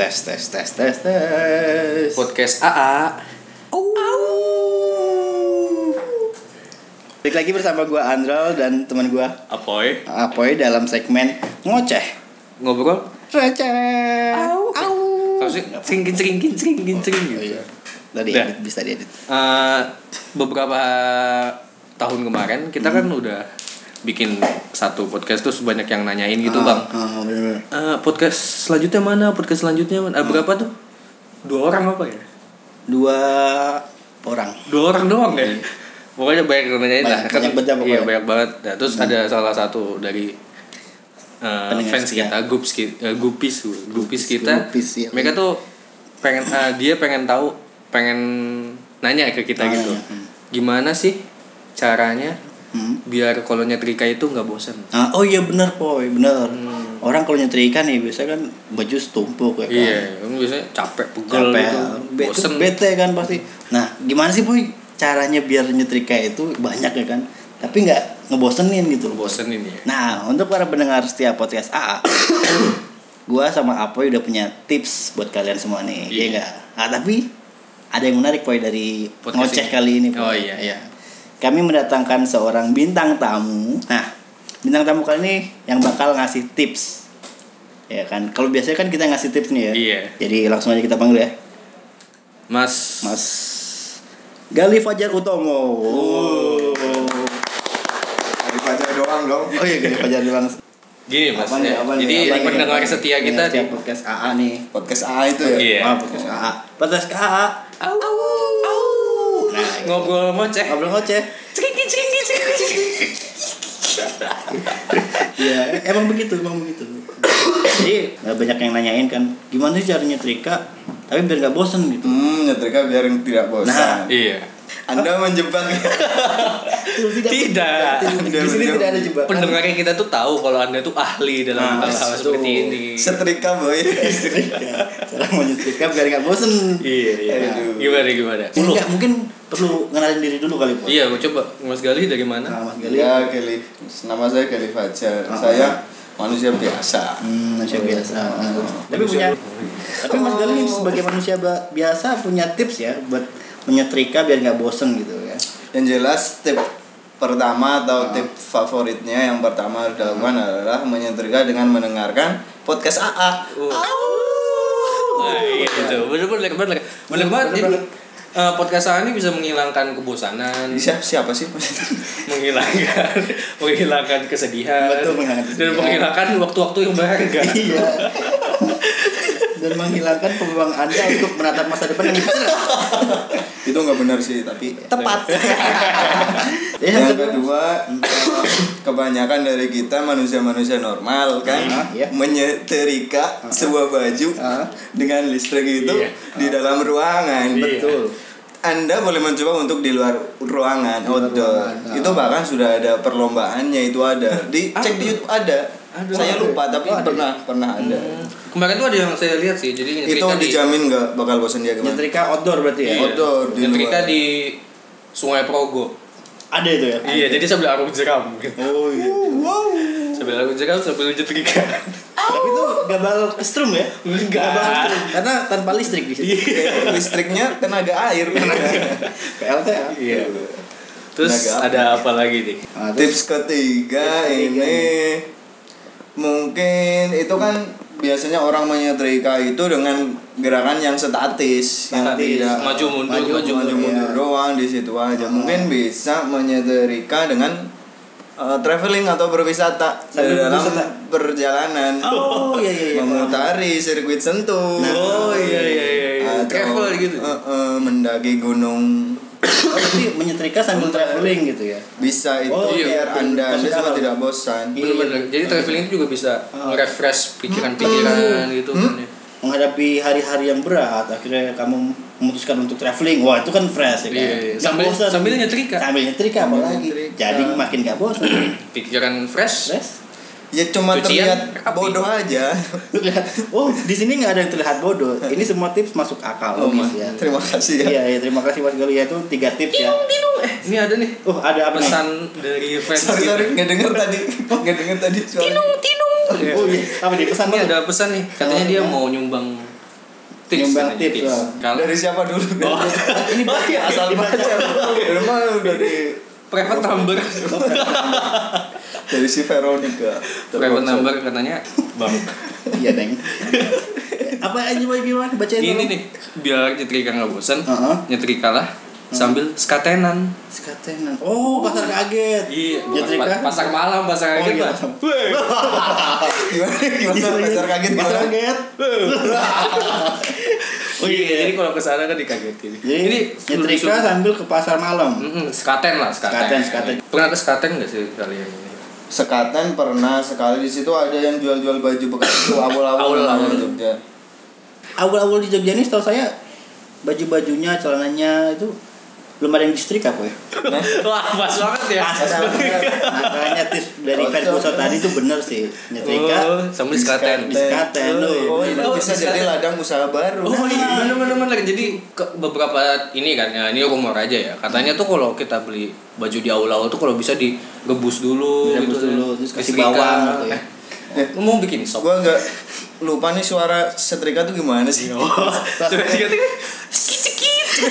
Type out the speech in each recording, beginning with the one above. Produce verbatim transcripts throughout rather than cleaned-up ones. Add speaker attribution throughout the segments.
Speaker 1: tes tes tes tes tes.
Speaker 2: Podcast A A.
Speaker 1: Balik lagi bersama gue Andral dan teman gue
Speaker 2: Apoy.
Speaker 1: Apoy dalam segmen ngoceh
Speaker 2: Ngobrol.
Speaker 1: receh.
Speaker 2: Au. Au. Sih ceringkin ceringkin ceringkin cering gitu.
Speaker 1: Oh, iya. Tadi
Speaker 2: Dah.
Speaker 1: edit, bisa diedit.
Speaker 2: Uh, beberapa tahun kemarin kita hmm. kan udah bikin satu podcast tuh banyak yang nanyain gitu
Speaker 1: ah,
Speaker 2: bang.
Speaker 1: Ah, bener-bener.
Speaker 2: Uh, podcast selanjutnya mana? Podcast selanjutnya mana? Uh, berapa tuh? Dua orang apa ya?
Speaker 1: Dua orang.
Speaker 2: Dua orang doang ya. Pokoknya banyak yang nanyain lah.
Speaker 1: Banyak, banyak banget
Speaker 2: Iya banyak banget. Nah, terus hmm. ada salah satu dari uh, fans setia. kita, groups uh, gupis, gupis kita. Gupis, ya. Mereka tuh pengen uh, dia pengen tahu, pengen nanya ke kita ah, gitu. Ya. Hmm. Gimana sih caranya hmm. biar kalau nyetrika itu nggak bosan?
Speaker 1: Ah, oh iya benar Poy, benar. Hmm. Orang kalau nyetrika nih biasanya kan baju tumpuk ya kan.
Speaker 2: Iya, kan biasanya capek, pegel gitu.
Speaker 1: Bosan, bete kan pasti. Nah, gimana sih Poy caranya biar nyetrika itu banyak ya kan? Tapi nggak ngebosenin gitu.
Speaker 2: Ngebosenin ya.
Speaker 1: Nah, untuk para pendengar setiap podcast A A, gua sama Apoy udah punya tips buat kalian semua nih. Iya enggak? Yeah. Nah, tapi ada yang menarik Poy dari podcast ngoceh ini. Kali ini Poy.
Speaker 2: Oh iya iya.
Speaker 1: Kami mendatangkan seorang bintang tamu. Nah, bintang tamu kali ini yang bakal ngasih tips. Ya kan, kalau biasanya kan kita ngasih tips nih ya.
Speaker 2: Iya.
Speaker 1: Jadi langsung aja kita panggil ya.
Speaker 2: Mas
Speaker 1: Mas Galih Fajar Utomo. Oh.
Speaker 3: Galih Fajar doang dong.
Speaker 1: Oh iya, Galih Fajar doang.
Speaker 2: Gini Mas.
Speaker 1: Apanya, apanya,
Speaker 2: jadi
Speaker 1: apanya,
Speaker 2: pendengar
Speaker 1: apanya,
Speaker 2: setia kita
Speaker 1: di podcast A A nih.
Speaker 3: Podcast A A itu ya?
Speaker 2: Iya.
Speaker 1: Oh, podcast A A. Podcast A A.
Speaker 2: Au. Au. Nah, ngobrol ngoceh.
Speaker 1: Ngobrol ngoceh.
Speaker 2: Ceringkin ceringkin ceringkin.
Speaker 1: Ya, emang begitu, emang begitu. Jadi banyak yang nanyain kan, gimana sih cara nyetrika tapi biar nggak bosan gitu.
Speaker 3: Hmm, nyetrika biar tidak bosan.
Speaker 1: Nah,
Speaker 2: iya.
Speaker 3: Anda menjebak.
Speaker 2: tidak. Tidak.
Speaker 1: Di sini tidak ada jebakan.
Speaker 2: Pendengarnya kita tuh tahu kalau Anda tuh ahli dalam
Speaker 1: nah,
Speaker 2: hal-hal seperti ini.
Speaker 3: Setrika boy.
Speaker 1: Setrika. Cara mau nyetrika biar nggak bosan.
Speaker 2: Iya, iya.
Speaker 3: Aduh.
Speaker 2: Gimana gimana?
Speaker 1: Enggak, mungkin perlu kenalin diri dulu kali, Pak.
Speaker 2: Iya, coba Mas Galih dari mana?
Speaker 1: Nah, Mas Galih.
Speaker 3: Ya, Galih. Nama saya Galih Fajar. Uh-huh. Saya manusia biasa.
Speaker 1: Hmm, manusia oh, biasa. Uh-huh. Tapi punya Tapi Mas Galih sebagai manusia biasa punya tips ya buat menyetrika biar nggak bosen gitu ya.
Speaker 3: Yang jelas tip pertama atau uh-huh. tip favoritnya yang pertama harus dilakukan uh-huh. adalah menyetrika dengan mendengarkan podcast A A.
Speaker 2: Uh. Nah, gitu. Bener-bener bener. Bener banget. Uh, podcast A ini bisa menghilangkan kebosanan.
Speaker 3: Siapa siapa sih?
Speaker 2: menghilangkan menghilangkan kesedihan.
Speaker 1: Betul, menghilangkan kesedihan.
Speaker 2: Dan menghilangkan waktu-waktu yang berharga.
Speaker 1: Iya. Dan menghilangkan peluang Anda untuk menatap masa depan yang cerah.
Speaker 3: Itu nggak benar sih, tapi
Speaker 1: tepat.
Speaker 3: Yang kedua, kebanyakan dari kita manusia-manusia normal kan uh, yeah. menyetrika uh, sebuah baju uh, dengan listrik itu yeah. di dalam ruangan.
Speaker 1: Betul.
Speaker 3: Anda boleh mencoba untuk di luar ruangan, outdoor. Uh, itu bahkan sudah ada perlombaannya, itu ada. Di cek di YouTube ada. Aduh, saya lupa tapi oh, pernah ada. pernah ada.
Speaker 2: Hmm. Kemarin tuh ada yang saya lihat sih, jadi
Speaker 3: itu dijamin nggak bakal bosan dia gimana?
Speaker 1: Nyetrika outdoor berarti ya?
Speaker 2: Iya.
Speaker 3: Outdoor. Di
Speaker 2: nyetrika luar. Di Sungai Progo.
Speaker 1: Ada itu ya?
Speaker 2: Iya, ada. Jadi sambil arung jeram. Gitu.
Speaker 1: Oh iya. Wow.
Speaker 2: Sambil arung jeram sambil nyetrika.
Speaker 1: Tapi itu nggak bakal kestrum ya?
Speaker 2: Enggak.
Speaker 1: Karena tanpa listrik di situ.
Speaker 3: Listriknya tenaga air.
Speaker 1: P L T ya?
Speaker 2: Iya. Terus tenaga ada apa lagi nih?
Speaker 3: Nah, tips ketiga, tips ketiga ini mungkin itu kan biasanya orang menyetrika itu dengan gerakan yang statis,
Speaker 1: statis.
Speaker 3: yang tidak
Speaker 2: maju mundur
Speaker 3: maju,
Speaker 2: maju
Speaker 3: maju mundur
Speaker 1: ya.
Speaker 3: doang di situ aja. Hmm. Mungkin bisa menyetrika dengan uh, traveling atau berwisata dalam wisata. perjalanan.
Speaker 1: Oh iya iya. iya
Speaker 3: memutari sirkuit Sentul.
Speaker 2: Nah, oh iya iya iya. Travel gitu.
Speaker 3: Uh, uh, mendaki gunung.
Speaker 1: Oh, jadi menyetrika sambil traveling gitu ya?
Speaker 3: Bisa itu
Speaker 1: oh,
Speaker 3: biar
Speaker 1: iya,
Speaker 3: anda anda semua
Speaker 1: kalau
Speaker 3: tidak bosan.
Speaker 2: Benar-benar. Jadi traveling itu juga bisa nge-refresh pikiran-pikiran hmm. gitu kan ya.
Speaker 1: Menghadapi hari-hari yang berat, akhirnya kamu memutuskan untuk traveling. Wah, itu kan fresh ya kan.
Speaker 2: Iya, sambil bosan. Sambil nyetrika.
Speaker 1: Sambil nyetrika apalagi. Jadi makin gak bosan.
Speaker 2: Pikiran fresh.
Speaker 1: Fresh.
Speaker 3: Ya cuma
Speaker 2: Cucian,
Speaker 3: terlihat api. Bodoh aja.
Speaker 1: Oh, di sini nggak ada yang terlihat bodoh. Ini semua tips masuk akal
Speaker 3: oh,
Speaker 1: logis ya.
Speaker 3: Terima kasih ya.
Speaker 1: Iya, ya, terima kasih Mas Galih itu tiga tips ya.
Speaker 2: Tinung, tinung. Eh, ini ada nih.
Speaker 1: Oh, ada apa
Speaker 2: pesan
Speaker 1: nih?
Speaker 2: dari fans.
Speaker 3: Sorry, sorry, nggak dengar tadi. Nggak dengar tadi.
Speaker 2: Tinung, tinung.
Speaker 1: Oh iya, apa nih pesannya?
Speaker 2: Ada pesan nih. Katanya dia mau nyumbang tips,
Speaker 1: nyumbang tips.
Speaker 2: tips.
Speaker 3: Kalau dari siapa dulu?
Speaker 2: Oh.
Speaker 3: Ini pasti asal baca. Dari mana dari
Speaker 2: private number.
Speaker 3: Dari si Veronica.
Speaker 2: Private number katanya, Bang.
Speaker 1: Iya, Deng. Apa aja gimana bacain
Speaker 2: ini nih, biar nyetrika enggak bosan. Uh-huh. Nyetrikalah sambil skatenan.
Speaker 1: Skatenan. Oh, pasar kaget.
Speaker 2: Iya, nyetrika. Pasar malam, pasar kaget, Pak.
Speaker 3: Gimana? Gimana pasar kaget?
Speaker 1: Pasar kaget.
Speaker 2: Oh iya, jadi kalau ke sana kan dikagetin.
Speaker 1: Jadi ini nyetrika sambil ke pasar malam.
Speaker 2: Heeh, skaten lah, skaten.
Speaker 1: Skaten, skaten.
Speaker 2: Pernah ke skaten enggak sih kalian ini?
Speaker 3: Sekaten pernah sekali, di situ ada yang jual-jual baju bekas itu awal-awal
Speaker 2: awal-awal
Speaker 3: di Jogja.
Speaker 1: Awal-awal di Jogja ini setahu saya baju-bajunya, celananya itu belum ada yang disetrika kok ya.
Speaker 2: Wah, pas banget ya.
Speaker 1: Makanya tips dari Ferguson tadi itu bener sih. Nyetrika
Speaker 2: oh, sambil skaten.
Speaker 1: Skaten.
Speaker 3: Oh, itu oh, bisa jadi ladang usaha baru.
Speaker 2: Oh iya, benar-benar. Jadi ke beberapa ini kan, ya ini rumor aja ya. Katanya tuh kalau kita beli baju di awal-awal tuh kalau bisa direbus dulu,
Speaker 1: direbus
Speaker 2: gitu
Speaker 1: dulu, terus kasih bawang gitu ya.
Speaker 2: Eh, lu mau bikin sop?
Speaker 3: Gua enggak lupa nih suara setrika tuh gimana sih?
Speaker 2: Oh, setrika tuh sikit-sikit.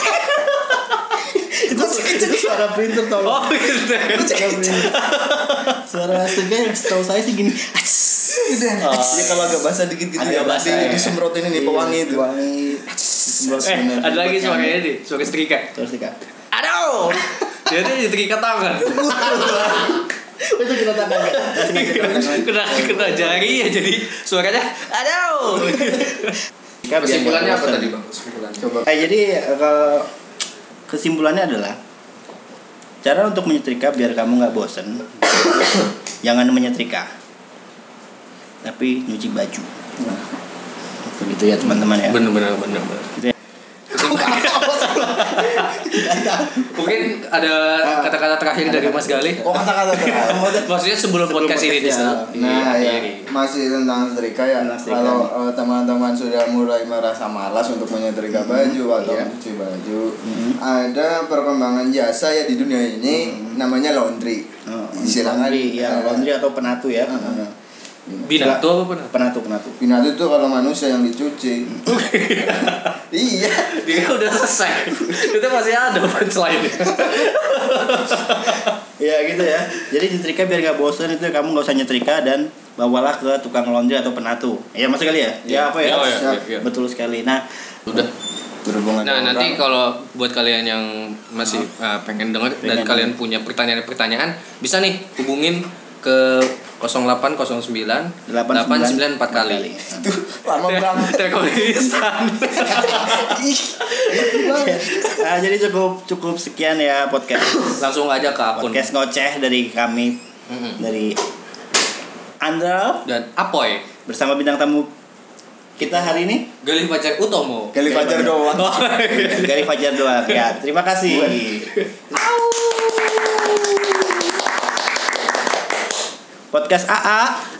Speaker 1: Itu suara printer tolong.
Speaker 2: Oh, gitu.
Speaker 1: Suara setrika yang setahu saya sih gini.
Speaker 3: Oh, ya kalau agak basah dikit gitu ya,
Speaker 2: basah,
Speaker 3: nanti
Speaker 2: ya.
Speaker 3: disemprotin ini pewangi itu.
Speaker 1: Wangi.
Speaker 2: Eh, ada lagi suaranya nih, suara setrika.
Speaker 1: Suara setrika.
Speaker 2: Aduh. Jadi setrika tangan.
Speaker 1: Itu kena tangan enggak?
Speaker 2: Kena kena jari ya, jadi suaranya aduh. Kesimpulannya apa tadi, Bang? Kesimpulannya.
Speaker 3: Coba.
Speaker 1: Eh, jadi kalau kesimpulannya adalah cara untuk menyetrika biar kamu nggak bosen. Jangan menyetrika, tapi nyuci baju. Nah, begitu ya teman-teman ya.
Speaker 2: Bener-bener bener-bener.
Speaker 1: Gitu ya.
Speaker 2: Mungkin ada kata-kata terakhir dari Mas Galih.
Speaker 3: Oh, kata-kata terakhir.
Speaker 2: Maksudnya sebelum, sebelum podcast ini
Speaker 1: ya.
Speaker 3: Nah, ya, masih tentang setrika ya. Kalau uh, teman-teman sudah mulai merasa malas untuk menyetrika mm-hmm. baju atau yeah. mencuci baju, mm-hmm. ada perkembangan jasa ya di dunia ini, mm-hmm. namanya laundry.
Speaker 1: Oh,
Speaker 3: Silakan
Speaker 1: laundry, ya, uh, laundry atau penatu ya. Uh-huh.
Speaker 2: Binatu apa penatu?
Speaker 1: Penatu, penatu.
Speaker 3: Binatu itu kalau manusia yang dicuci. Iya,
Speaker 2: dia udah selesai. Itu masih ada punchline.
Speaker 1: Ya gitu ya. Jadi nyetrika biar gak bosan itu kamu gak usah nyetrika dan bawalah ke tukang laundry atau penatu. Ya masuk kali ya? Ya, ya apa ya?
Speaker 2: Ya, ya, ya, ya.
Speaker 1: Betul sekali. Nah,
Speaker 2: udah
Speaker 3: berhubungan.
Speaker 2: Nah, nanti kalau buat kalian yang masih oh. uh, pengen dengar dan kalian punya pertanyaan-pertanyaan, bisa nih hubungin ke nol delapan nol sembilan delapan sembilan empat kali.
Speaker 3: Itu lama banget.
Speaker 2: Telekomunistan.
Speaker 1: Nah, jadi cukup cukup sekian ya podcast.
Speaker 2: Langsung aja ke akun
Speaker 1: podcast ngoceh dari kami, mm-hmm. dari Andra
Speaker 2: dan Apoy
Speaker 1: bersama bintang tamu kita hari ini
Speaker 2: Galih Fajar Utomo.
Speaker 3: Galih Fajar doang.
Speaker 1: Galih Fajar doang. Ya, terima kasih. Podcast A A